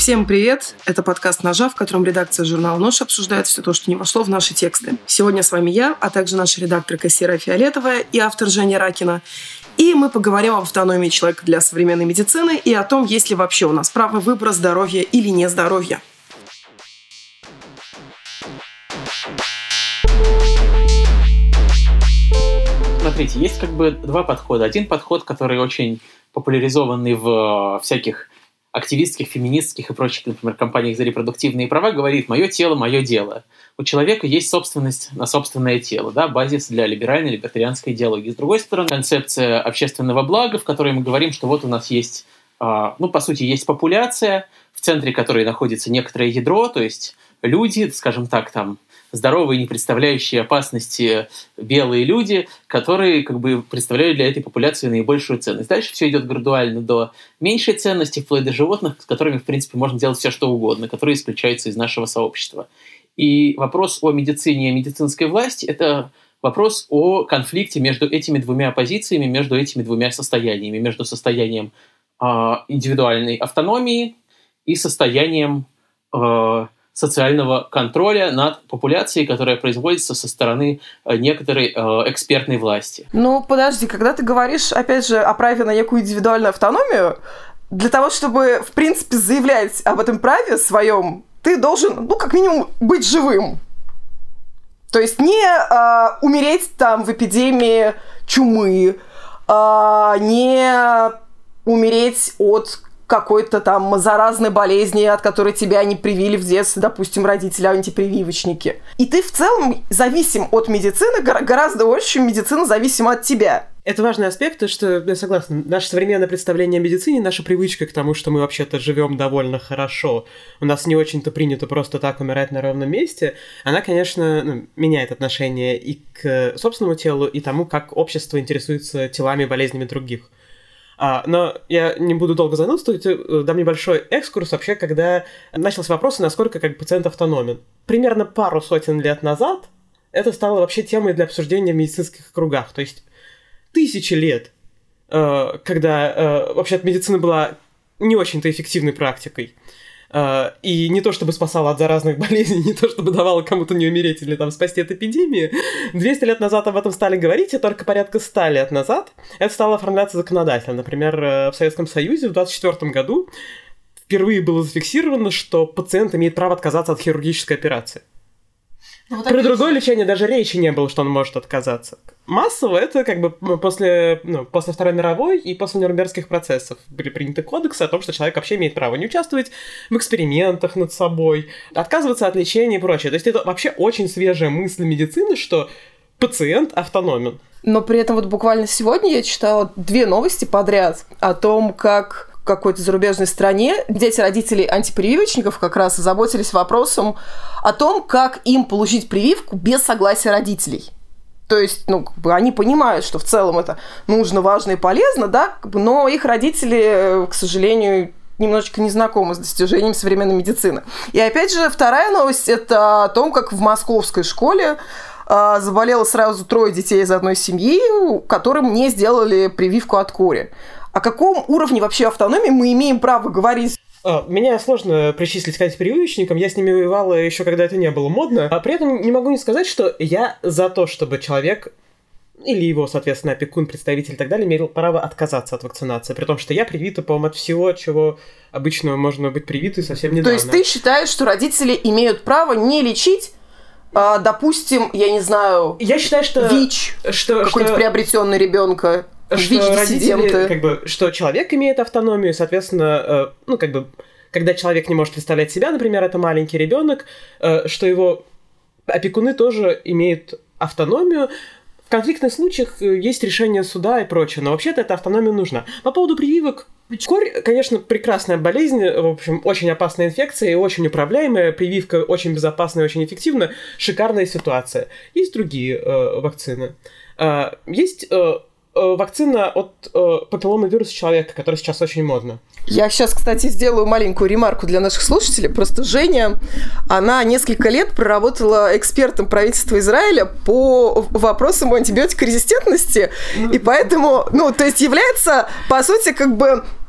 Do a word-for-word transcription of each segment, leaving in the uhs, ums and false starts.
Всем привет! Это подкаст «Ножа», в котором редакция журнала «Нож» обсуждает все то, что не вошло в наши тексты. Сегодня с вами я, а также наша редакторка Серая Фиолетовая и автор Женя Ракина. И мы поговорим об автономии человека для современной медицины и о том, есть ли вообще у нас право выбора здоровья или не здоровья. Смотрите, есть как бы два подхода. Один подход, который очень популяризованный в всяких активистских, феминистских и прочих, например, компаниях за репродуктивные права, говорит: «Мое тело, мое дело». У человека есть собственность на собственное тело, да, базис для либеральной либертарианской идеологии. С другой стороны, концепция общественного блага, в которой мы говорим, что вот у нас есть, ну, по сути, есть популяция, в центре которой находится некоторое ядро, то есть люди, скажем так, там, здоровые, не представляющие опасности белые люди, которые как бы представляют для этой популяции наибольшую ценность. Дальше все идет градуально до меньшей ценности, вплоть до животных, с которыми, в принципе, можно делать все, что угодно, которые исключаются из нашего сообщества. И вопрос о медицине и медицинской власти – это вопрос о конфликте между этими двумя позициями, между этими двумя состояниями, между состоянием э, индивидуальной автономии и состоянием э, социального контроля над популяцией, которая производится со стороны некоторой э, экспертной власти. Ну, подожди, когда ты говоришь, опять же, о праве на некую индивидуальную автономию, для того, чтобы, в принципе, заявлять об этом праве своем, ты должен, ну, как минимум, быть живым. То есть не э, умереть там в эпидемии чумы, э, не умереть от какой-то там заразной болезни, от которой тебя не привили в детстве, допустим, родители-антипрививочники. И ты в целом зависим от медицины гораздо больше, чем медицина зависима от тебя. Это важный аспект, что, я согласна, наше современное представление о медицине, наша привычка к тому, что мы вообще-то живем довольно хорошо, у нас не очень-то принято просто так умирать на ровном месте, она, конечно, ну, меняет отношение и к собственному телу, и тому, как общество интересуется телами и болезнями других. А, но я не буду долго занудствовать, дам небольшой экскурс вообще, когда начался вопрос, насколько как пациент автономен. Примерно пару сотен лет назад это стало вообще темой для обсуждения в медицинских кругах. То есть тысячи лет, э, когда э, вообще медицина была не очень-то эффективной практикой, Uh, и не то чтобы спасала от заразных болезней, не то чтобы давала кому-то не умереть или там спасти от эпидемии. двести лет назад об этом стали говорить, и только порядка ста лет назад это стало оформляться законодательно. Например, в Советском Союзе в двадцать четвёртом году впервые было зафиксировано, что пациент имеет право отказаться от хирургической операции. Вот Про другое лечение даже речи не было, что он может отказаться. Массово это как бы после, ну, после Второй мировой и после Нюрнбергских процессов были приняты кодексы о том, что человек вообще имеет право не участвовать в экспериментах над собой, отказываться от лечения и прочее. То есть это вообще очень свежая мысль медицины, что пациент автономен. Но при этом вот буквально сегодня я читала две новости подряд о том, как в какой-то зарубежной стране дети родителей антипрививочников как раз озаботились вопросом о том, как им получить прививку без согласия родителей. То есть, ну, как бы они понимают, что в целом это нужно, важно и полезно, да, как бы, но их родители, к сожалению, немножечко не знакомы с достижениями современной медицины. И опять же, вторая новость – это о том, как в московской школе э, заболело сразу трое детей из одной семьи, которым не сделали прививку от кори. О каком уровне вообще автономии мы имеем право говорить? Меня сложно причислить к антипрививочникам, я с ними воевала еще когда это не было модно, а при этом не могу не сказать, что я за то, чтобы человек или его, соответственно, опекун, представитель и так далее имел право отказаться от вакцинации, при том, что я привита, по-моему, от всего, чего обычно можно быть привитой совсем недавно. То есть ты считаешь, что родители имеют право не лечить, а, допустим, я не знаю, я считаю, что ВИЧ, что, какой-нибудь что... приобретенный ребенка? Что родители, как бы, что человек имеет автономию, соответственно, э, ну, как бы, когда человек не может представлять себя, например, это маленький ребенок, э, что его опекуны тоже имеют автономию. В конфликтных случаях есть решение суда и прочее, но вообще-то эта автономия нужна. По поводу прививок, корь, конечно, прекрасная болезнь, в общем, очень опасная инфекция и очень управляемая, прививка очень безопасная и очень эффективна, шикарная ситуация. Есть другие э, вакцины. Э, есть... Э, вакцина от э, папилломавируса человека, которая сейчас очень модна. Я сейчас, кстати, сделаю маленькую ремарку для наших слушателей. Просто Женя, она несколько лет проработала экспертом правительства Израиля по вопросам антибиотикорезистентности, mm-hmm. и поэтому, ну, то есть является, по сути, как бы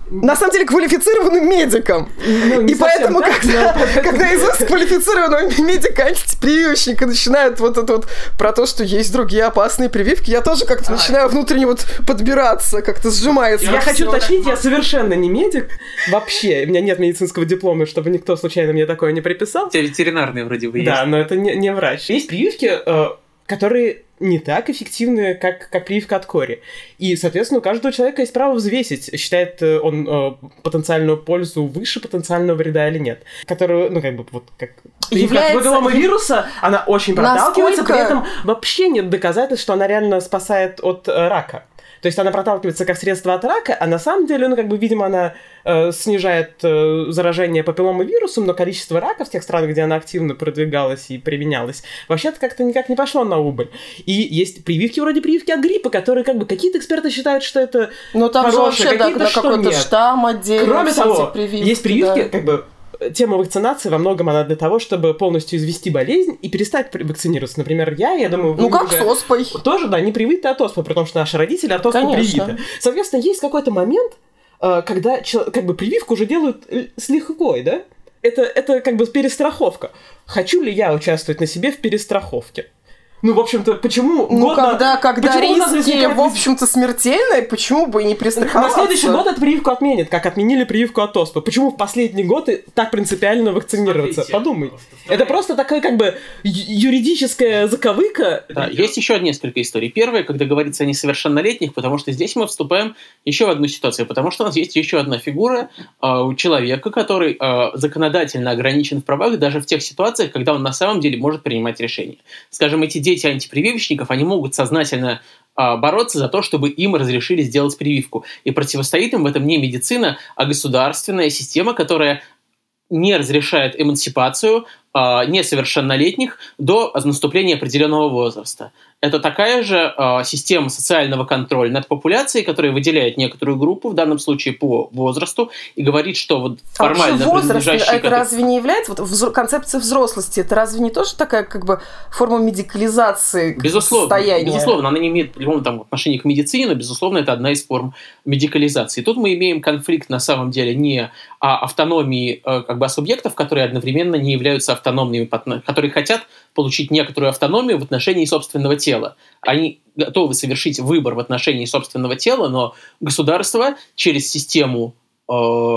на самом деле квалифицированным медиком. Ну, и поэтому, так, когда, но... когда из уст квалифицированного медика антипрививочника начинают вот это вот про то, что есть другие опасные прививки, я тоже как-то а, начинаю внутренне вот подбираться, как-то сжимается. Я хочу уточнить, я совершенно не медик вообще. У меня нет медицинского диплома, чтобы никто случайно мне такое не приписал. У тебя ветеринарный вроде бы есть. Да, но это не, не врач. Есть прививки, э, которые не так эффективны, как, как прививка от кори. И, соответственно, у каждого человека есть право взвесить, считает он э, потенциальную пользу выше потенциального вреда или нет. Которую, ну, как бы, вот, как прививка от папилломавируса, она очень проталкивается, Насколько... при этом вообще нет доказательств, что она реально спасает от э, рака. То есть она проталкивается как средство от рака, а на самом деле, ну, как бы, видимо, она э, снижает э, заражение папилломавирусом, но количество рака в тех странах, где она активно продвигалась и применялась, вообще-то как-то никак не пошло на убыль. И есть прививки вроде прививки от гриппа, которые, как бы, какие-то эксперты считают, что это ну, там хорошее, же вообще, какие-то, да, что какой-то нет. штамм отдельно. Кроме того, прививки, есть прививки, да. как бы, тема вакцинации во многом она для того, чтобы полностью извести болезнь и перестать вакцинироваться. Например, я, я думаю... Ну, как с оспой. Тоже, да, не привиты от оспы, потому что наши родители от оспы Конечно. привиты. Соответственно, есть какой-то момент, когда как бы прививку уже делают с лихвой, да? Это, это как бы перестраховка. Хочу ли я участвовать на себе в перестраховке? Ну, в общем-то, почему... Ну, год когда, на... когда почему риски, возникает... в общем-то, смертельные, почему бы и не пристраховаться? На следующий год эту прививку отменят, как отменили прививку от оспы. Почему в последний год так принципиально вакцинироваться? Смотрите, Подумай. Это просто такая, как бы, юридическая заковыка. Да, есть еще несколько историй. Первая, когда говорится о несовершеннолетних, потому что здесь мы вступаем еще в одну ситуацию, потому что у нас есть еще одна фигура э, у человека, который э, законодательно ограничен в правах даже в тех ситуациях, когда он на самом деле может принимать решения. Скажем, эти дети антипрививочников, они могут сознательно э, бороться за то, чтобы им разрешили сделать прививку. И противостоит им в этом не медицина, а государственная система, которая не разрешает эмансипацию э, несовершеннолетних до наступления определенного возраста. Это такая же э, система социального контроля над популяцией, которая выделяет некоторую группу, в данном случае по возрасту, и говорит, что вот формально а возраст, принадлежащие... Это разве не является... Вот взро... концепция взрослости, это разве не тоже такая как бы форма медикализации безусловно, состояния? Безусловно, она не имеет прямого там, отношения к медицине, но, безусловно, это одна из форм медикализации. Тут мы имеем конфликт, на самом деле, не о автономии э, как бы, субъектов, которые одновременно не являются автономными, которые хотят получить некоторую автономию в отношении собственного тела. Они готовы совершить выбор в отношении собственного тела, но государство через систему э,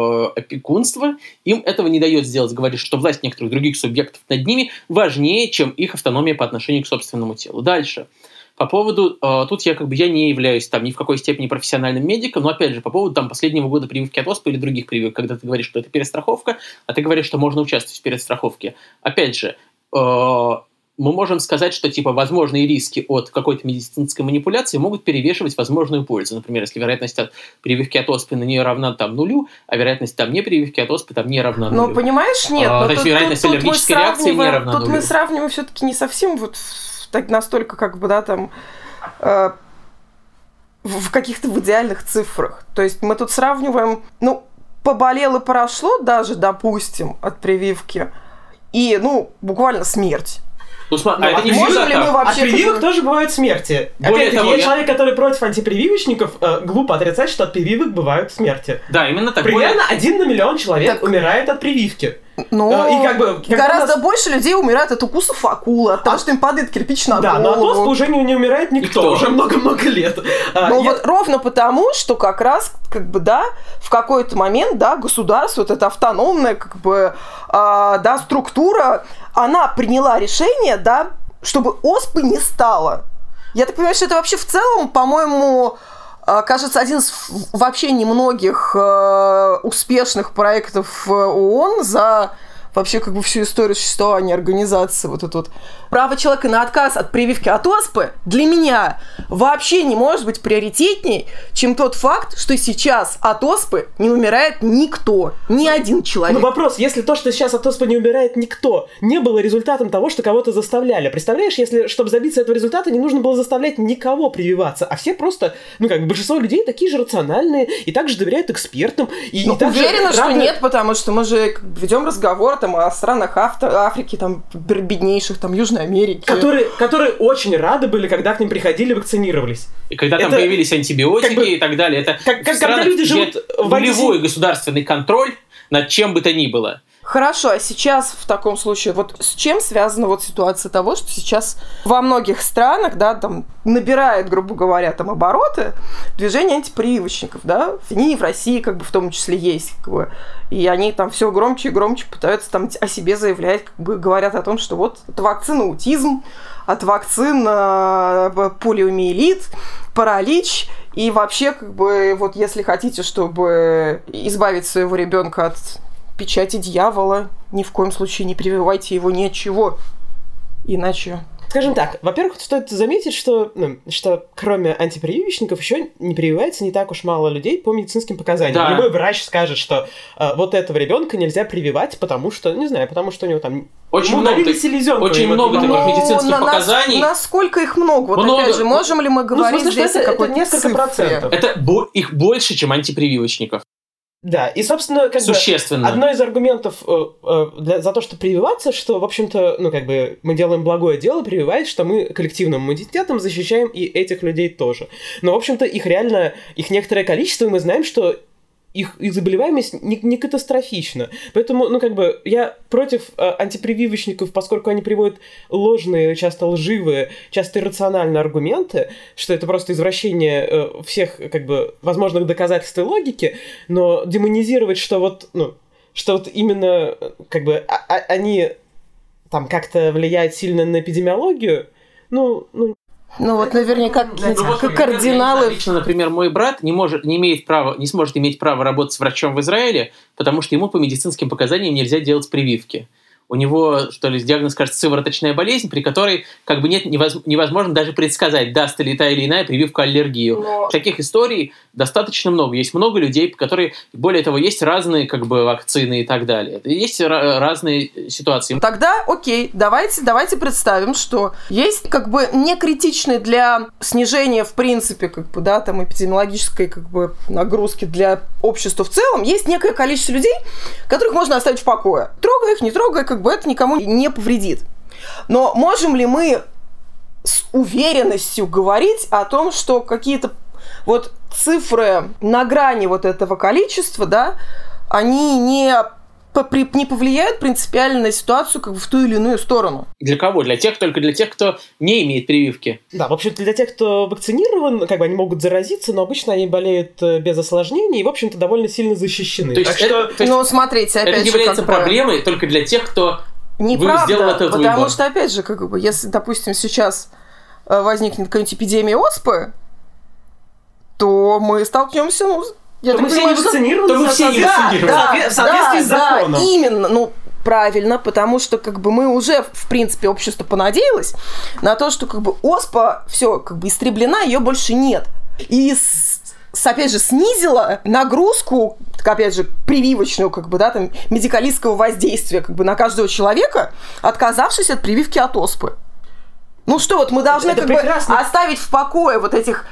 опекунства им этого не дает сделать. Говорит, что власть некоторых других субъектов над ними важнее, чем их автономия по отношению к собственному телу. Дальше. По поводу, э, тут я как бы я не являюсь там ни в какой степени профессиональным медиком, но опять же, по поводу там последнего года прививки от оспы или других прививок, когда ты говоришь, что это перестраховка, а ты говоришь, что можно участвовать в перестраховке. Опять же, э, мы можем сказать, что типа возможные риски от какой-то медицинской манипуляции могут перевешивать возможную пользу. Например, если вероятность от прививки от оспы на нее равна там нулю, а вероятность там не прививки от оспы там не равна нулю. Ну, понимаешь, нет. А, но то есть тут, вероятность тут, аллергической тут реакции не равна тут нулю. Мы сравниваем все-таки не совсем вот так, настолько как бы, да, там э, в каких-то в идеальных цифрах. То есть мы тут сравниваем, ну, поболело и прошло даже, допустим, от прививки, и, ну, буквально смерть. Ну, смотри, ну, а это не можем ли мы вообще... От прививок тоже бывают смерти. Более Опять-таки, того, я я... человек, который против антипрививочников, э, глупо отрицать, что от прививок бывают смерти. Да, именно так. Примерно более... один на миллион человек так... умирает от прививки. Ну, и как бы, гораздо нас... больше людей умирают от укусов акулы, от того, а... что им падает кирпич на да, голову. Да, но от оспы уже не, не умирает никто, никто, уже много-много лет. Ну, я... вот ровно потому, что как раз, как бы, да, в какой-то момент, да, государство, вот эта автономная, как бы, а, да, структура, она приняла решение, да, чтобы оспы не стало. Я так понимаю, что это вообще в целом, по-моему, кажется, один из вообще немногих э, успешных проектов ООН за вообще как бы всю историю существования организации. Вот это вот право человека на отказ от прививки от оспы для меня вообще не может быть приоритетней, чем тот факт, что сейчас от оспы не умирает никто, ни один человек. Ну вопрос, если то, что сейчас от оспы не умирает никто, не было результатом того, что кого-то заставляли. Представляешь, если, чтобы добиться этого результата, не нужно было заставлять никого прививаться, а все просто, ну как бы большинство людей такие же рациональные и также доверяют экспертам. И, ну, и также уверена, рады... что нет, потому что мы же ведем разговор там, о странах Аф- Африки, там, беднейших, там, Южной Америки. Которые, которые очень рады были, когда к ним приходили, вакцинировались. И когда это, там появились антибиотики как бы, и так далее. Это как, как, странах, когда люди живут в нулевой государственный контроль над чем бы то ни было. Хорошо, а сейчас в таком случае, вот с чем связана вот ситуация того, что сейчас во многих странах, да, там, набирает, грубо говоря, там, обороты движение антипрививочников, да, они в России, как бы, в том числе есть, как бы, и они там все громче и громче пытаются там о себе заявлять, как бы, говорят о том, что вот от вакцин аутизм, от вакцин э, полиомиелит, паралич, и вообще, как бы, вот если хотите, чтобы избавить своего ребенка от печати дьявола, ни в коем случае не прививайте его ни от чего. Иначе... Скажем так, во-первых, стоит заметить, что, ну, что кроме антипрививочников еще не прививается не так уж мало людей по медицинским показаниям. Да. Любой врач скажет, что э, вот этого ребенка нельзя прививать, потому что, не знаю, потому что у него там... Очень много, очень много таких ну, медицинских на, показаний. Насколько их много? Вот много. Опять же, можем ли мы говорить ну, смысле, здесь о какой-то несколько цифре? процентов? Это бо- их больше, чем антипрививочников. Да, и, собственно, как Существенно. бы, одно из аргументов э, э, для, за то, что прививаться, что, в общем-то, ну, как бы, мы делаем благое дело, прививаясь, что мы коллективным иммунитетом защищаем и этих людей тоже. Но, в общем-то, их реально, их некоторое количество, и мы знаем, что их, их заболеваемость не, не катастрофична. Поэтому, ну, как бы, я против э, антипрививочников, поскольку они приводят ложные, часто лживые, часто иррациональные аргументы, что это просто извращение э, всех, как бы, возможных доказательств и логики, но демонизировать, что вот, ну, что вот именно, как бы, а, а, они там как-то влияют сильно на эпидемиологию, ну, ну, Ну вот наверняка как, ну, как кардиналы... Лично, например, мой брат не, может, не, имеет права, не сможет иметь права работать врачом в Израиле, потому что ему по медицинским показаниям нельзя делать прививки. У него, что ли, диагноз, кажется, сывороточная болезнь, при которой как бы нет, невозможно даже предсказать, даст ли та или иная прививка аллергию. Но... Таких историй достаточно много. Есть много людей, которые, более того, есть разные как бы вакцины и так далее. Есть ra- разные ситуации. Тогда, окей, давайте, давайте представим, что есть как бы не критичный для снижения, в принципе, как бы, да, там, эпидемиологической как бы нагрузки для общества в целом, есть некое количество людей, которых можно оставить в покое. Трогай их, не трогай, как бы это никому не повредит. Но можем ли мы с уверенностью говорить о том, что какие-то вот цифры на грани вот этого количества, да, они не, не повлияют принципиально на ситуацию как бы в ту или иную сторону? Для кого? Для тех, только для тех, кто не имеет прививки. Да, в общем-то, для тех, кто вакцинирован, как бы они могут заразиться, но обычно они болеют без осложнений и, в общем-то, довольно сильно защищены. То есть, так это, что... то есть ну, смотрите, опять это же, является как проблемой бы... только для тех, кто Неправда, сделал этот потому выбор. что, опять же, как бы, если, допустим, сейчас возникнет какая-нибудь эпидемия оспы, то мы столкнемся, ну, я то мы все не вакцинированы, то мы все не вакцинированы. Да, в соответствии да, с законом. Да, именно, ну, правильно, потому что, как бы, мы уже, в принципе, общество понадеялось на то, что, как бы, оспа, все, как бы, истреблена, ее больше нет. И, с, с, опять же, снизила нагрузку, опять же, прививочную, как бы, да, там, медикалистского воздействия, как бы, на каждого человека, отказавшись от прививки от оспы. Ну что, вот мы должны, это как прекрасно. бы, оставить в покое вот этих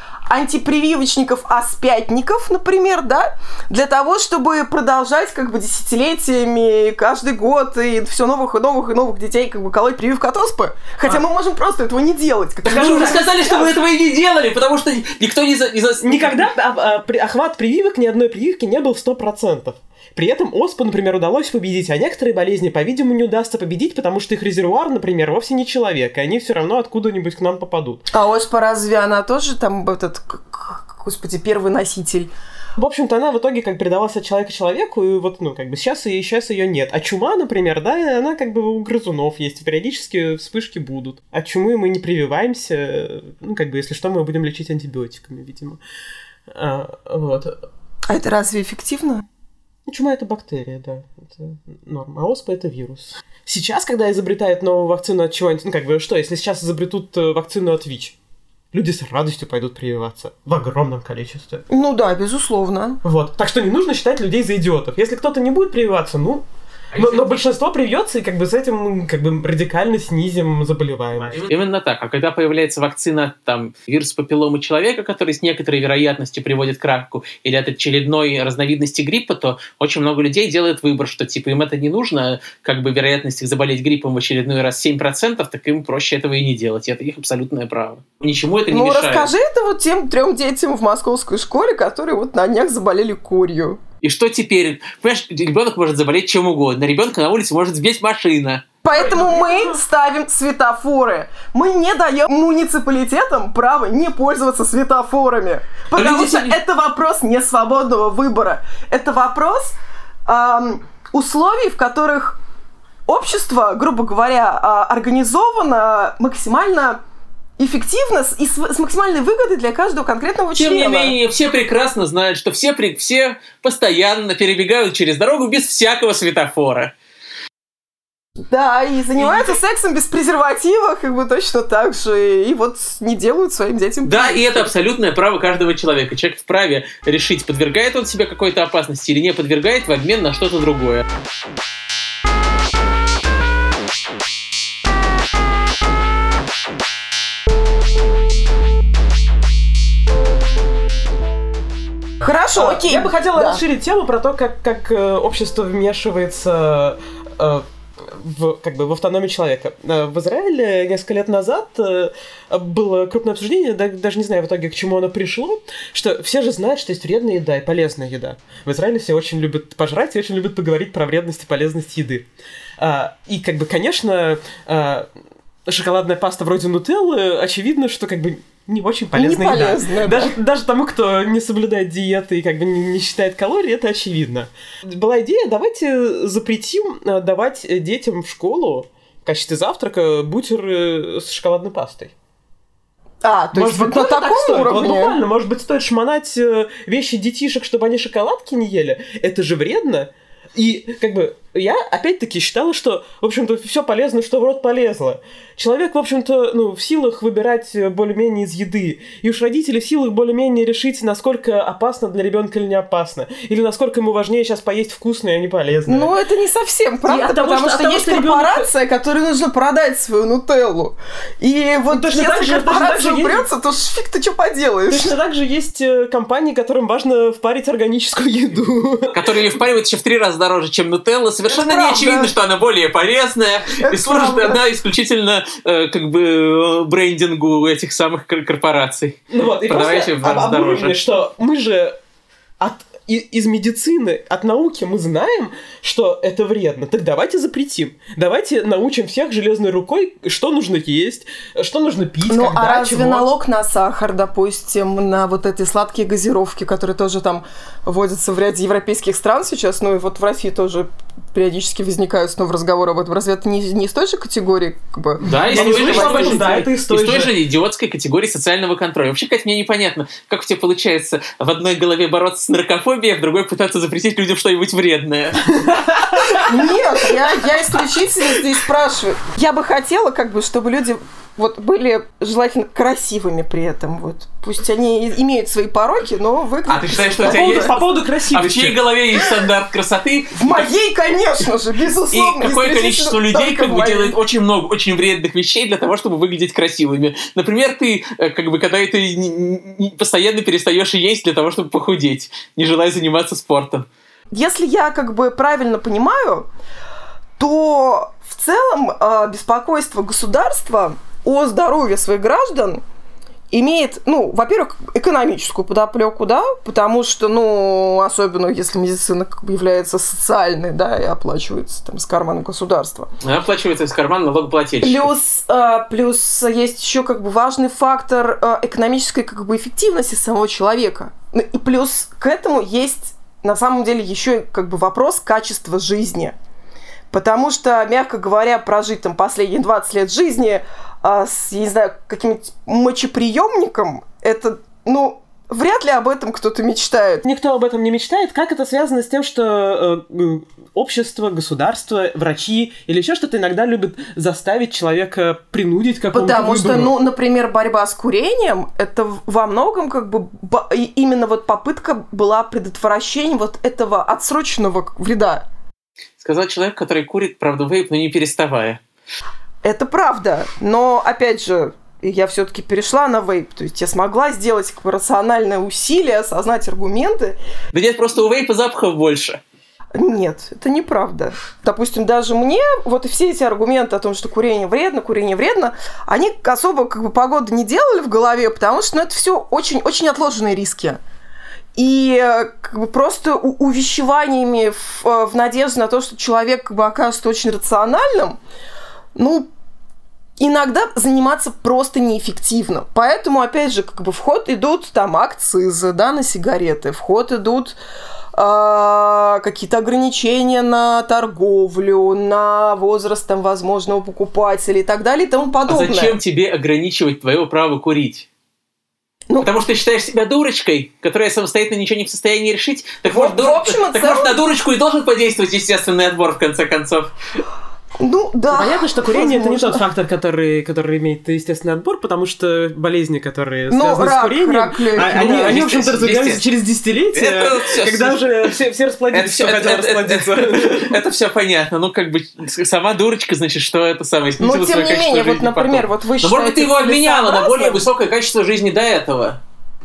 антипрививочников-аспятников, например, да, для того, чтобы продолжать, как бы, десятилетиями, каждый год и все новых и новых и новых детей, как бы, колоть прививку от оспы. Хотя а. мы можем просто этого не делать. Так вы уже сказали, что мы этого и не делали, потому что никто не... За, не за... Никогда охват прививок, ни одной прививки не был в сто процентов. При этом оспу, например, удалось победить, а некоторые болезни, по-видимому, не удастся победить, потому что их резервуар, например, вовсе не человек, и они все равно откуда-нибудь к нам попадут. А оспа разве она тоже там этот, господи, первый носитель? В общем-то, она в итоге как передавалась от человека человеку, и вот, ну, как бы сейчас, и сейчас ее нет. А чума, например, да, она как бы у грызунов есть, периодически вспышки будут. От чумы мы не прививаемся, ну, как бы, если что, мы будем лечить антибиотиками, видимо. А, вот. А это разве эффективно? Чума – это бактерия, да, это норма, а оспа – это вирус. Сейчас, когда изобретают новую вакцину от чего-нибудь, ну, как бы, что, если сейчас изобретут вакцину от ВИЧ, люди с радостью пойдут прививаться в огромном количестве. Ну да, безусловно. Вот, так что не нужно считать людей за идиотов. Если кто-то не будет прививаться, ну, Но, но большинство привьется, и как бы с этим как бы радикально снизим заболеваемость. Именно так. А когда появляется вакцина, там, вирус папилломы человека, который с некоторой вероятностью приводит к раку, или от очередной разновидности гриппа, то очень много людей делает выбор, что типа им это не нужно, как бы вероятность их заболеть гриппом в очередной раз семь процентов, так им проще этого и не делать. И это их абсолютное право. Ничему это не ну, мешает. Ну, расскажи это вот тем трем детям в московской школе, которые вот на днях заболели корью. И что теперь? Понимаешь, ребенок может заболеть чем угодно. Ребенка на улице может сбить машина. Поэтому мы ставим светофоры. Мы не даем муниципалитетам право не пользоваться светофорами. Потому что это вопрос не свободного выбора. Это вопрос эм, условий, в которых общество, грубо говоря, организовано максимально эффективно и с, с максимальной выгодой для каждого конкретного Тем члена. Тем не менее, все прекрасно знают, что все, при, все постоянно перебегают через дорогу без всякого светофора. Да, и занимаются сексом без презерватива, как бы точно так же, и вот не делают своим детям... Да, привычки. И это абсолютное право каждого человека. Человек вправе решить, подвергает он себя какой-то опасности или не подвергает в обмен на что-то другое. Хорошо, а, окей. Я бы хотела да. расширить тему про то, как, как э, общество вмешивается э, в, как бы, в автономию человека. В Израиле несколько лет назад э, было крупное обсуждение, да, даже не знаю в итоге, к чему оно пришло, что все же знают, что есть вредная еда и полезная еда. В Израиле все очень любят пожрать и очень любят поговорить про вредность и полезность еды. А, и, как бы, конечно, а, шоколадная паста вроде нутеллы, очевидно, что, как бы, не очень полезная не еда. полезная, да. Даже, даже тому, кто не соблюдает диеты и как бы не, не считает калорий, это очевидно. Была идея, давайте запретим давать детям в школу в качестве завтрака бутеры с шоколадной пастой. А, то может есть быть, вот на таком так уровне? Вот буквально, может быть, стоит шмонать вещи детишек, чтобы они шоколадки не ели? Это же вредно. И, как бы, я, опять-таки, считала, что, в общем-то, все полезно, что в рот полезло. Человек, в общем-то, ну, в силах выбирать более-менее из еды. И уж родители в силах более-менее решить, насколько опасно для ребенка или не опасно. Или насколько ему важнее сейчас поесть вкусное, а не полезное. Ну, это не совсем правда, того, потому что, что, того, есть что корпорация, ребенок... которой нужно продать свою нутеллу. И вот ну, точно если так же, корпорация упрется, есть... то фиг ты что поделаешь. Точно так же есть компании, которым важно впарить органическую еду. Которые впаривают еще в три раза дороже, чем нутелла. Совершенно не очевидно, что она более полезная. Это и служит она исключительно э, как бы брендингу этих самых корпораций. Ну вот, и продавайте в раз дороже. Что мы же от, и, из медицины, от науки мы знаем, что это вредно. Так давайте запретим. Давайте научим всех железной рукой, что нужно есть, что нужно пить, ну, когда, а разве чего. налог на сахар, допустим, на вот эти сладкие газировки, которые тоже там вводятся в ряде европейских стран сейчас, ну и вот в России тоже периодически возникают снова разговоры об этом. Разве это не, не из той же категории? Как бы, да, из той, же, об этом, да, это из той, из той же. же идиотской категории социального контроля. Вообще, Катя, мне непонятно, как у тебя получается в одной голове бороться с наркофобией, а в другой пытаться запретить людям что-нибудь вредное. Нет, я, я исключительно здесь спрашиваю. Я бы хотела, как бы, чтобы люди вот были желательно красивыми при этом. Вот. Пусть они имеют свои пороки, но выглядят... А ты считаешь, что у тебя поводу, есть... По поводу красивости. А в чьей голове есть стандарт красоты? В моей, конечно же, безусловно. И какое количество людей как бы делает очень много очень вредных вещей для того, чтобы выглядеть красивыми. Например, ты, как бы, когда ты постоянно перестаешь есть для того, чтобы похудеть, не желая заниматься спортом. Если я, как бы, правильно понимаю, то в целом беспокойство государства о здоровье своих граждан имеет, ну, во-первых, экономическую подоплеку, да, потому что, ну, особенно если медицина как бы является социальной, да, и оплачивается там с кармана государства. Она оплачивается из кармана налогоплательщиков. Плюс, э, плюс есть еще как бы важный фактор э, экономической как бы эффективности самого человека. И плюс к этому есть на самом деле еще как бы вопрос качества жизни. Потому что, мягко говоря, прожить там последние двадцать лет жизни а, с, я не знаю, каким-нибудь мочеприемником, это, ну, вряд ли об этом кто-то мечтает. Никто об этом не мечтает. Как это связано с тем, что э, общество, государство, врачи или еще что-то иногда любят заставить человека принудить к какому-то Потому выбору? что, ну, например, борьба с курением, это во многом как бы именно вот попытка была предотвращения вот этого отсроченного вреда. Сказал человек, который курит, правда, вейп, но не переставая. Это правда, но, опять же, я все-таки перешла на вейп, то есть я смогла сделать как бы рациональное усилие, осознать аргументы. Да нет, просто у вейпа запахов больше. Нет, это неправда. Допустим, даже мне вот и все эти аргументы о том, что курение вредно, курение вредно, они особо как бы погоды не делали в голове, потому что ну, это все очень-очень отложенные риски. И как бы просто увещеваниями в, в надежде на то, что человек как бы окажется очень рациональным, ну, иногда заниматься просто неэффективно. Поэтому, опять же, как бы в ход идут там акцизы, да, на сигареты, в ход идут э, какие-то ограничения на торговлю, на возраст там, возможного покупателя и так далее и тому подобное. А зачем тебе ограничивать твое право курить? Ну, потому что ты считаешь себя дурочкой, которая самостоятельно ничего не в состоянии решить? Так, вот, может, дур... общем, так целом... может, на дурочку и должен подействовать естественный отбор, в конце концов? Ну, да. Понятно, что курение – это не тот фактор, который, который имеет естественный отбор, потому что болезни, которые ну, связаны рак, с курением, рак, легкий, они, да, они, в общем-то, развиваются через десятилетия, это когда все, уже все, все расплодились, все хотят расплодиться. Это, это, это все понятно. Ну, как бы, сама дурочка, значит, что это самое, снизила свое качество жизни. Но, тем не менее, вот, например, вот вы считаете... Но, может быть, ты его обменяла на более высокое качество жизни до этого.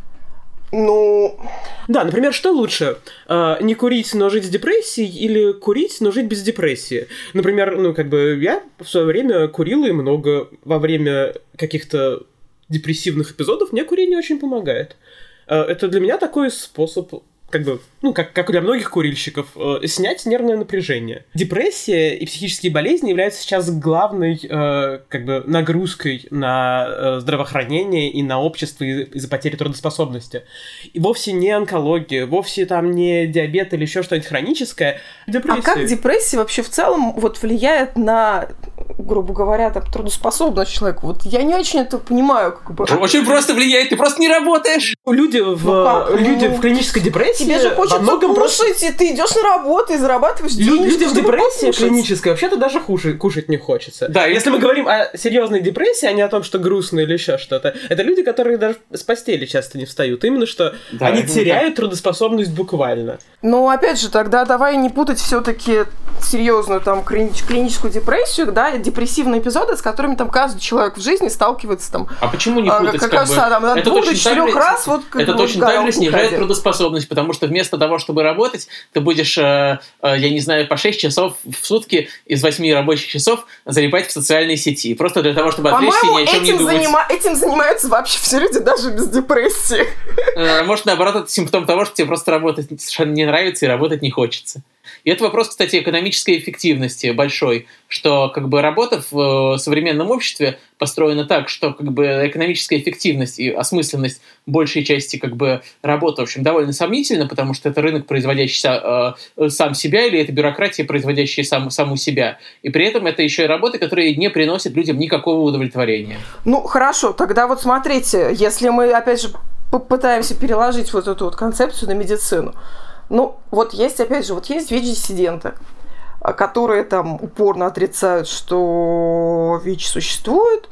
Ну... Да, например, что лучше? Э, не курить, но жить с депрессией, или курить, но жить без депрессии? Например, ну, как бы, я в свое время курила и много во время каких-то депрессивных эпизодов, мне курение очень помогает. Э, это для меня такой способ... как бы, ну, как, как для многих курильщиков, э, снять нервное напряжение. Депрессия и психические болезни являются сейчас главной, э, как бы, нагрузкой на э, здравоохранение и на общество из-за потери трудоспособности. И вовсе не онкология, вовсе там не диабет или еще что-нибудь хроническое. Депрессия. А как депрессия вообще в целом вот влияет на, грубо говоря, там, трудоспособность человека? Вот я не очень это понимаю. Как бы. Очень просто влияет, ты просто не работаешь. Люди в, ну, люди ну, в клинической депрессии тебе же хочется кушать, просто... и ты идешь на работу и зарабатываешь деньги. Люди в депрессии клинической вообще-то даже кушать, кушать не хочется. Да, если мы говорим о серьезной депрессии, а не о том, что грустно или еще что-то, это люди, которые даже с постели часто не встают. Именно что да, они теряют так. трудоспособность буквально. Ну, опять же, тогда давай не путать все-таки серьезную там клиническую депрессию, да, депрессивные эпизоды, с которыми там каждый человек в жизни сталкивается там. А почему не путать? Как, как бы, там, от двух до четырех раз вот это вот, точно так же снижает трудоспособность, потому что вместо того, чтобы работать, ты будешь, э, э, я не знаю, по шесть часов в сутки из восьми рабочих часов залипать в социальные сети. Просто для того, чтобы отвлечься и ни о чем не думать. Занима- этим занимаются вообще все люди, даже без депрессии. Э, может, наоборот, это симптом того, что тебе просто работать совершенно не нравится и работать не хочется. И это вопрос, кстати, экономической эффективности большой, что как бы работа в современном обществе построена так, что как бы экономическая эффективность и осмысленность большей части как бы работы, в общем, довольно сомнительна, потому что это рынок, производящий э, сам себя, или это бюрократия, производящая сам, саму себя. И при этом это еще и работы, которые не приносят людям никакого удовлетворения. Ну, хорошо, тогда вот смотрите, если мы, опять же, попытаемся переложить вот эту вот концепцию на медицину. Ну, вот есть, опять же, вот есть ВИЧ-диссиденты, которые там упорно отрицают, что ВИЧ существует,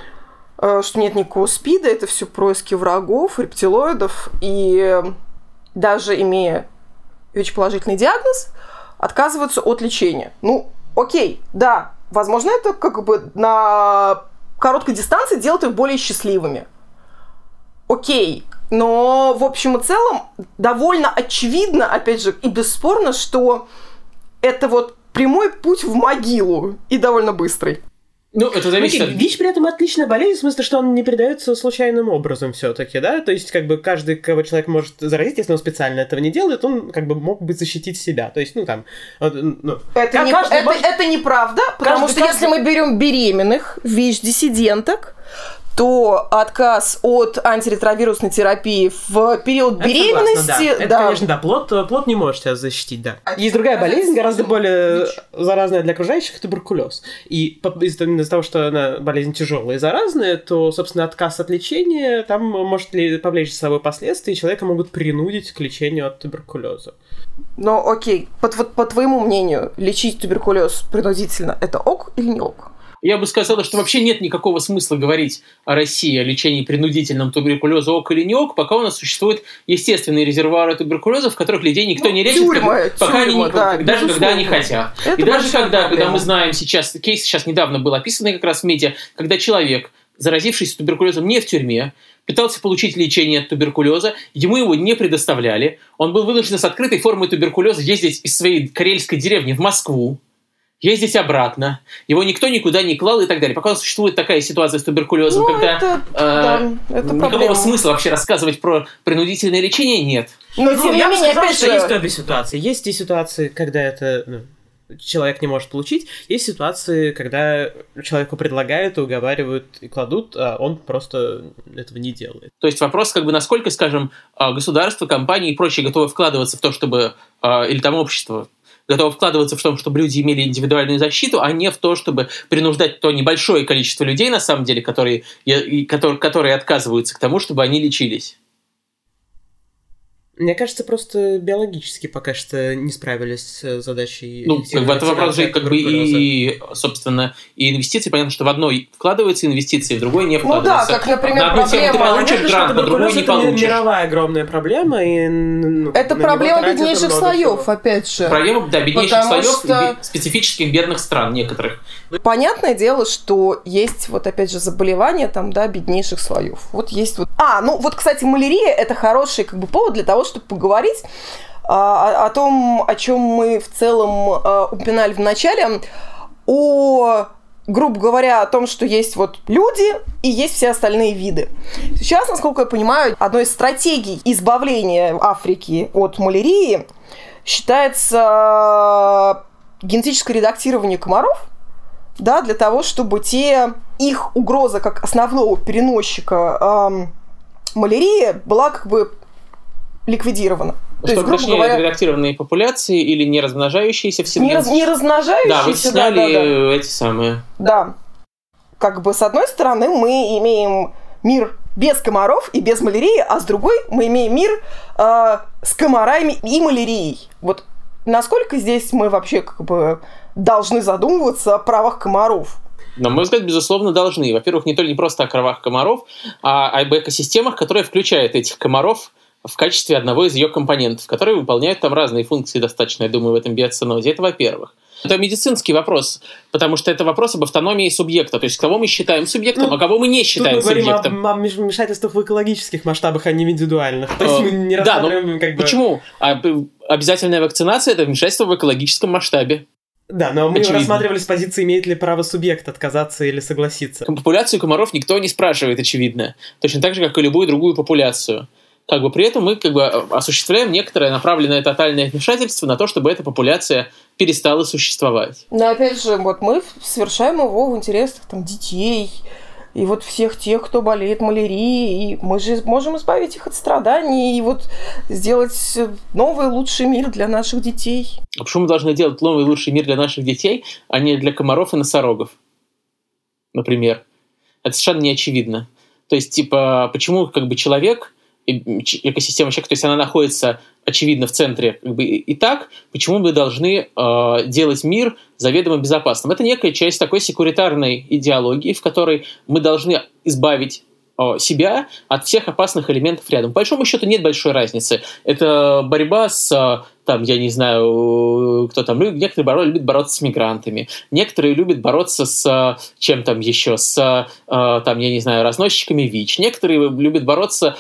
что нет никакого СПИДа, это все происки врагов, рептилоидов, и даже имея ВИЧ-положительный диагноз, отказываются от лечения. Ну, окей, да, возможно, это как бы на короткой дистанции делает их более счастливыми. Окей. Но, в общем и целом, довольно очевидно, опять же, и бесспорно, что это вот прямой путь в могилу, и довольно быстрый. Ну, это зависит от... ВИЧ при этом отличная болезнь, в смысле, что он не передается случайным образом все-таки, да? То есть, как бы, каждый, кого человек может заразить, если он специально этого не делает, он, как бы, мог бы защитить себя. То есть, ну, там... Ну, это, не, это, может... это неправда, потому каждый, что каждый... если мы берем беременных ВИЧ-диссиденток, то отказ от антиретровирусной терапии в период это беременности... Согласна, да. Это, да. конечно, да, плод, плод не может тебя защитить, да. Есть другая болезнь, гораздо более заразная для окружающих, туберкулез. И из-за, из-за того, что она болезнь тяжелая и заразная, то, собственно, отказ от лечения там может ли повлечь за собой последствия, и человека могут принудить к лечению от туберкулеза. Ну, окей. По, по, по твоему мнению, лечить туберкулез принудительно – это ок или не ок? Я бы сказала, что вообще нет никакого смысла говорить о России, о лечении принудительном туберкулеза ок или не ок, пока у нас существуют естественные резервуары туберкулеза, в которых людей никто ну, не лечит, тюрьма, пока тюрьма, они, да, даже когда они хотят. Это и даже когда, когда мы знаем сейчас, кейс сейчас недавно был описанный как раз в медиа, когда человек, заразившийся туберкулезом не в тюрьме, пытался получить лечение от туберкулеза, ему его не предоставляли, он был вынужден с открытой формой туберкулеза ездить из своей карельской деревни в Москву, ездить обратно, его никто никуда не клал и так далее. Пока существует такая ситуация с туберкулезом, ну, когда это, э, да, это никакого проблема. смысла вообще рассказывать про принудительное лечение нет. Но ну, тем не я менее, сказал, опять что же... есть обе ситуации. Есть и ситуации, когда это ну, человек не может получить, есть ситуации, когда человеку предлагают, уговаривают и кладут, а он просто этого не делает. То есть вопрос, как бы, насколько, скажем, государство, компании и прочие готовы вкладываться в то, чтобы... или там общество готовы вкладываться в то, чтобы люди имели индивидуальную защиту, а не в то, чтобы принуждать то небольшое количество людей, на самом деле, которые, которые, которые отказываются к тому, чтобы они лечились. Мне кажется, просто биологически пока что не справились с задачей. Ну, как бы это вопрос же как бы и, собственно, и инвестиции. Понятно, что в одной вкладываются инвестиции, в другой не вкладываются. Ну да, как, например, на одну тему ты получишь грант, на другую не получишь. Это мировая огромная проблема. И, ну, это проблема беднейших слоев, всего. Опять же. Проблема, да, беднейших Потому слоев что... специфических бедных стран некоторых. Понятное дело, что есть, вот опять же, заболевания там, да, беднейших слоев. Вот есть вот... А, ну вот, кстати, малярия – это хороший как бы повод для того, чтобы поговорить а, о, о том, о чем мы в целом а, упоминали в начале, о, грубо говоря, о том, что есть вот люди и есть все остальные виды. Сейчас, насколько я понимаю, одной из стратегий избавления Африки от малярии считается генетическое редактирование комаров, да, для того, чтобы те, их угроза как основного переносчика э, малярии была как бы ликвидирована. То есть, точнее, говоря, редактированные популяции или не размножающиеся в не, раз, не размножающиеся, да, вытесняли да, да, да. эти самые. Да. Как бы с одной стороны мы имеем мир без комаров и без малярии, а с другой мы имеем мир э, с комарами и малярией. Вот насколько здесь мы вообще как бы должны задумываться о правах комаров? На мой взгляд, безусловно, должны. Во-первых, не только не просто о правах комаров, а об экосистемах, которые включают этих комаров в качестве одного из ее компонентов, которые выполняют там разные функции достаточно, я думаю, в этом биоценозе. Это во-первых. Это медицинский вопрос, потому что это вопрос об автономии субъекта, то есть кого мы считаем субъектом, ну, а кого мы не считаем тут мы субъектом. Мы говорим о вмешательствах в экологических масштабах, а не в индивидуальных. То есть мы не рассматриваем... Да, ну, как бы... почему? А, обязательная вакцинация – это вмешательство в экологическом масштабе. Да, но мы очевидно. Рассматривали с позиции, имеет ли право субъект отказаться или согласиться. Популяцию комаров никто не спрашивает, очевидно. Точно так же, как и любую другую популяцию. Как бы при этом мы как бы осуществляем некоторое направленное тотальное вмешательство на то, чтобы эта популяция перестала существовать. Но опять же, вот мы совершаем его в интересах там, детей и вот всех тех, кто болеет малярией, и мы же можем избавить их от страданий и вот сделать новый лучший мир для наших детей. А почему мы должны делать новый лучший мир для наших детей, а не для комаров и носорогов, например? Это совершенно не очевидно. То есть, типа, почему как бы человек... экосистема человека, то есть она находится, очевидно, в центре как бы, и так, почему мы должны э, делать мир заведомо безопасным? Это некая часть такой секуритарной идеологии, в которой мы должны избавить э, себя от всех опасных элементов рядом. По большому счету нет большой разницы. Это борьба с... Там, я не знаю, кто там любит, некоторые любят бороться с мигрантами, некоторые любят бороться с чем там еще, с, там, я не знаю, разносчиками ВИЧ, некоторые любят бороться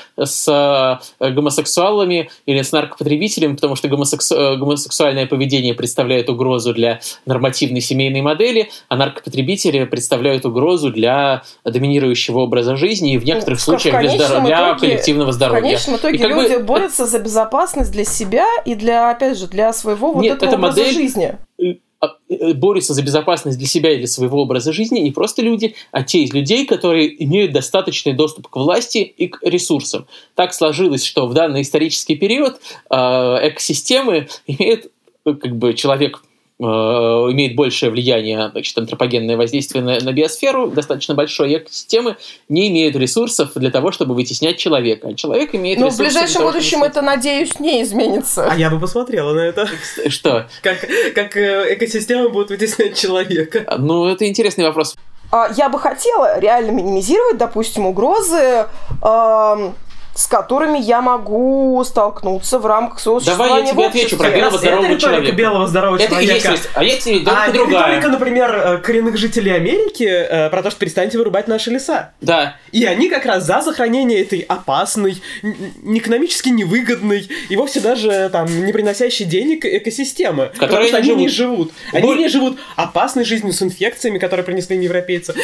с гомосексуалами или с наркопотребителями, потому что гомосексу... гомосексуальное поведение представляет угрозу для нормативной семейной модели, а наркопотребители представляют угрозу для доминирующего образа жизни и в некоторых в случаях для, здоров... для итоге, коллективного здоровья. В конечном итоге люди бы... борются за безопасность для себя и для опять же, для своего вот Нет, этого эта образа модель жизни. Борются за безопасность для себя и для своего образа жизни не просто люди, а те из людей, которые имеют достаточный доступ к власти и к ресурсам. Так сложилось, что в данный исторический период э, экосистемы имеют, как бы, человек э, имеет большее влияние, значит, антропогенное воздействие на, на биосферу, достаточно большое, экосистемы не имеют ресурсов для того, чтобы вытеснять человека. А человек имеет Но ресурсы... Но в ближайшем того, будущем чтобы... это, надеюсь, не изменится. А я бы посмотрела на это. Что? Как, как экосистемы будут вытеснять человека. Ну, это интересный вопрос. я бы хотела реально минимизировать, допустим, угрозы, э, с которыми я могу столкнуться в рамках своего существования. Давай я тебе отвечу про белого здорового человека. Это белого здорового это человека. Есть, а я тебе а другая. Риторика, например, коренных жителей Америки э, про то, что перестаньте вырубать наши леса. Да. И они как раз за сохранение этой опасной, н- экономически невыгодной и вовсе даже там не приносящей денег экосистемы. В которой потому что они они живут. не живут. Они Боль... не живут опасной жизнью с инфекциями, которые принесли европейцы.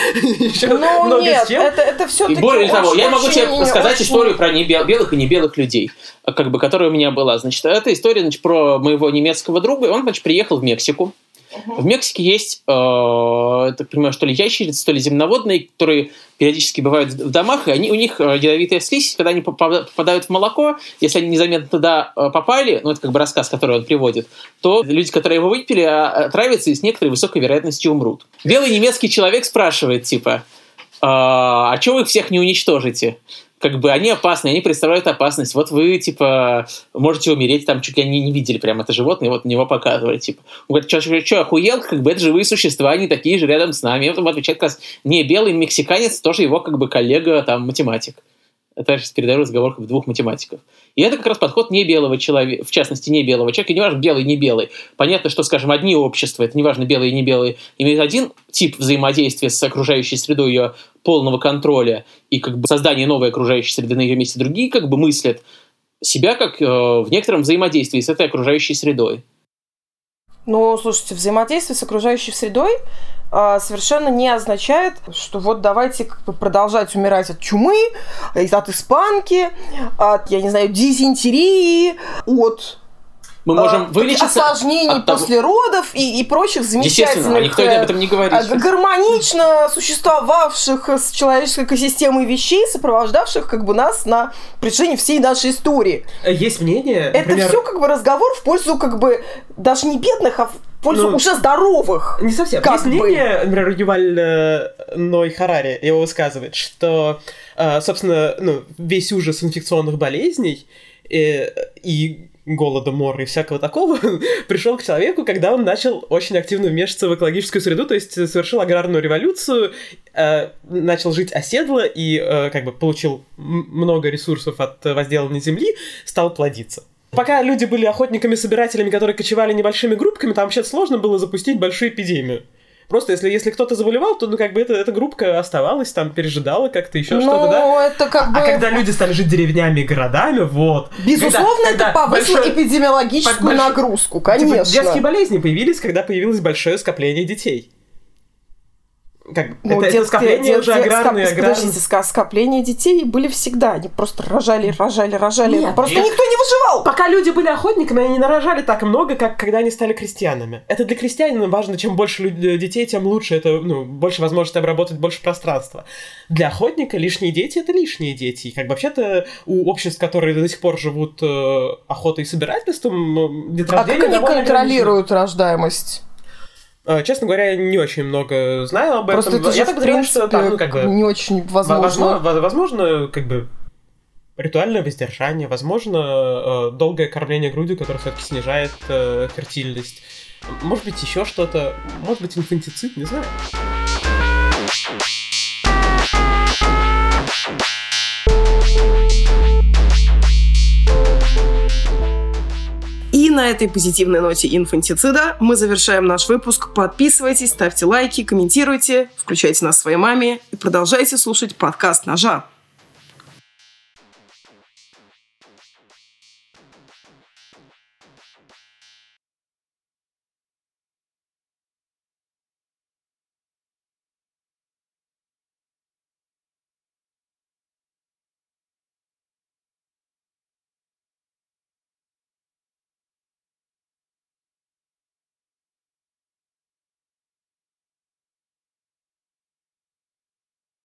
Ну нет, это, это все-таки И более того, я могу тебе очень, сказать очень... историю про небел, белых и небелых людей, как бы, которая у меня была. Значит, это история, значит, про моего немецкого друга. Он, значит, приехал в Мексику. Uh-huh. В Мексике есть, э, так понимаю, что ли ящерицы, то ли земноводные, которые периодически бывают в домах, и они, у них ядовитая слизь, когда они попадают в молоко, если они незаметно туда попали, ну, это как бы рассказ, который он приводит, то люди, которые его выпили, отравятся и с некоторой высокой вероятностью умрут. Белый немецкий человек спрашивает, типа, а, а что вы их всех не уничтожите? Как бы они опасны, они представляют опасность. Вот вы, типа, можете умереть, там чуть ли они не видели прям это животное, вот на него показывали, типа. Он говорит, что, что, охуел? Как бы это живые существа, они такие же рядом с нами. И он отвечает как раз, не, белый мексиканец, тоже его, как бы, коллега, там, математик. Это я сейчас передаю разговор как бы двух математиков. И это как раз подход не белого человека, в частности, не белого человека, не важно, белый, не белый. Понятно, что, скажем, одни общества, это не важно, белые и не белые, имеют один тип взаимодействия с окружающей средой, ее полного контроля и как бы создания новой окружающей среды на ее месте. Другие как бы мыслят себя как э, в некотором взаимодействии с этой окружающей средой. Ну, слушайте, взаимодействие с окружающей средой а, совершенно не означает, что вот давайте как бы продолжать умирать от чумы, от испанки, от, я не знаю, дизентерии, от мы можем а, вылечиться осложнений от того... после родов и, и прочих замечательных, естественно, а никто об этом не говорит. Гармонично существовавших с человеческой экосистемой вещей, сопровождавших как бы нас на протяжении всей нашей истории. Есть мнение, это например... все как бы разговор в пользу как бы даже не бедных, а в пользу ну, уже здоровых. Не совсем. Есть бы. мнение, например, Юваль э, Ной Харари, его высказывает, что, э, собственно, ну, весь ужас инфекционных болезней э, и голода, мора и всякого такого пришел к человеку, когда он начал очень активно вмешиваться в экологическую среду, то есть совершил аграрную революцию, э, начал жить оседло и э, как бы получил м- много ресурсов от возделанной земли, стал плодиться. Пока люди были охотниками-собирателями, которые кочевали небольшими группками, там вообще сложно было запустить большую эпидемию. Просто если, если кто-то заболевал, то ну, как бы эта, эта группка оставалась, там, пережидала как-то еще ну, что-то, да? Это как бы... А когда люди стали жить деревнями и городами, вот. Безусловно, когда, это повысило большой... эпидемиологическую большой... нагрузку, конечно. Типа, детские болезни появились, когда появилось большое скопление детей. Как, ну, это, детские, это скопление дет, уже аграрные, скоп... аграрные... Подождите, скопления детей были всегда. Они просто рожали, рожали, рожали. Нет, просто нет. никто не выживал. Пока люди были охотниками, они нарожали так много, как когда они стали крестьянами. Это для крестьянина важно, чем больше людей, детей, тем лучше. Это ну, больше возможности обработать больше пространства. Для охотника лишние дети — это лишние дети. И как бы вообще-то у обществ, которые до сих пор живут э, охотой и собирательством, деторождение... А как они контролируют рождаемость? Честно говоря, я не очень много знаю об Просто этом. Это я же, так понимаю, что там, ну, как бы, не очень возможно. Возможно, возможно, как бы ритуальное воздержание, возможно, долгое кормление грудью, которое все-таки снижает э, фертильность. Может быть, еще что-то. Может быть, инфантицид, не знаю. И на этой позитивной ноте инфантицида мы завершаем наш выпуск. Подписывайтесь, ставьте лайки, комментируйте, включайте нас своей маме и продолжайте слушать подкаст «Ножа».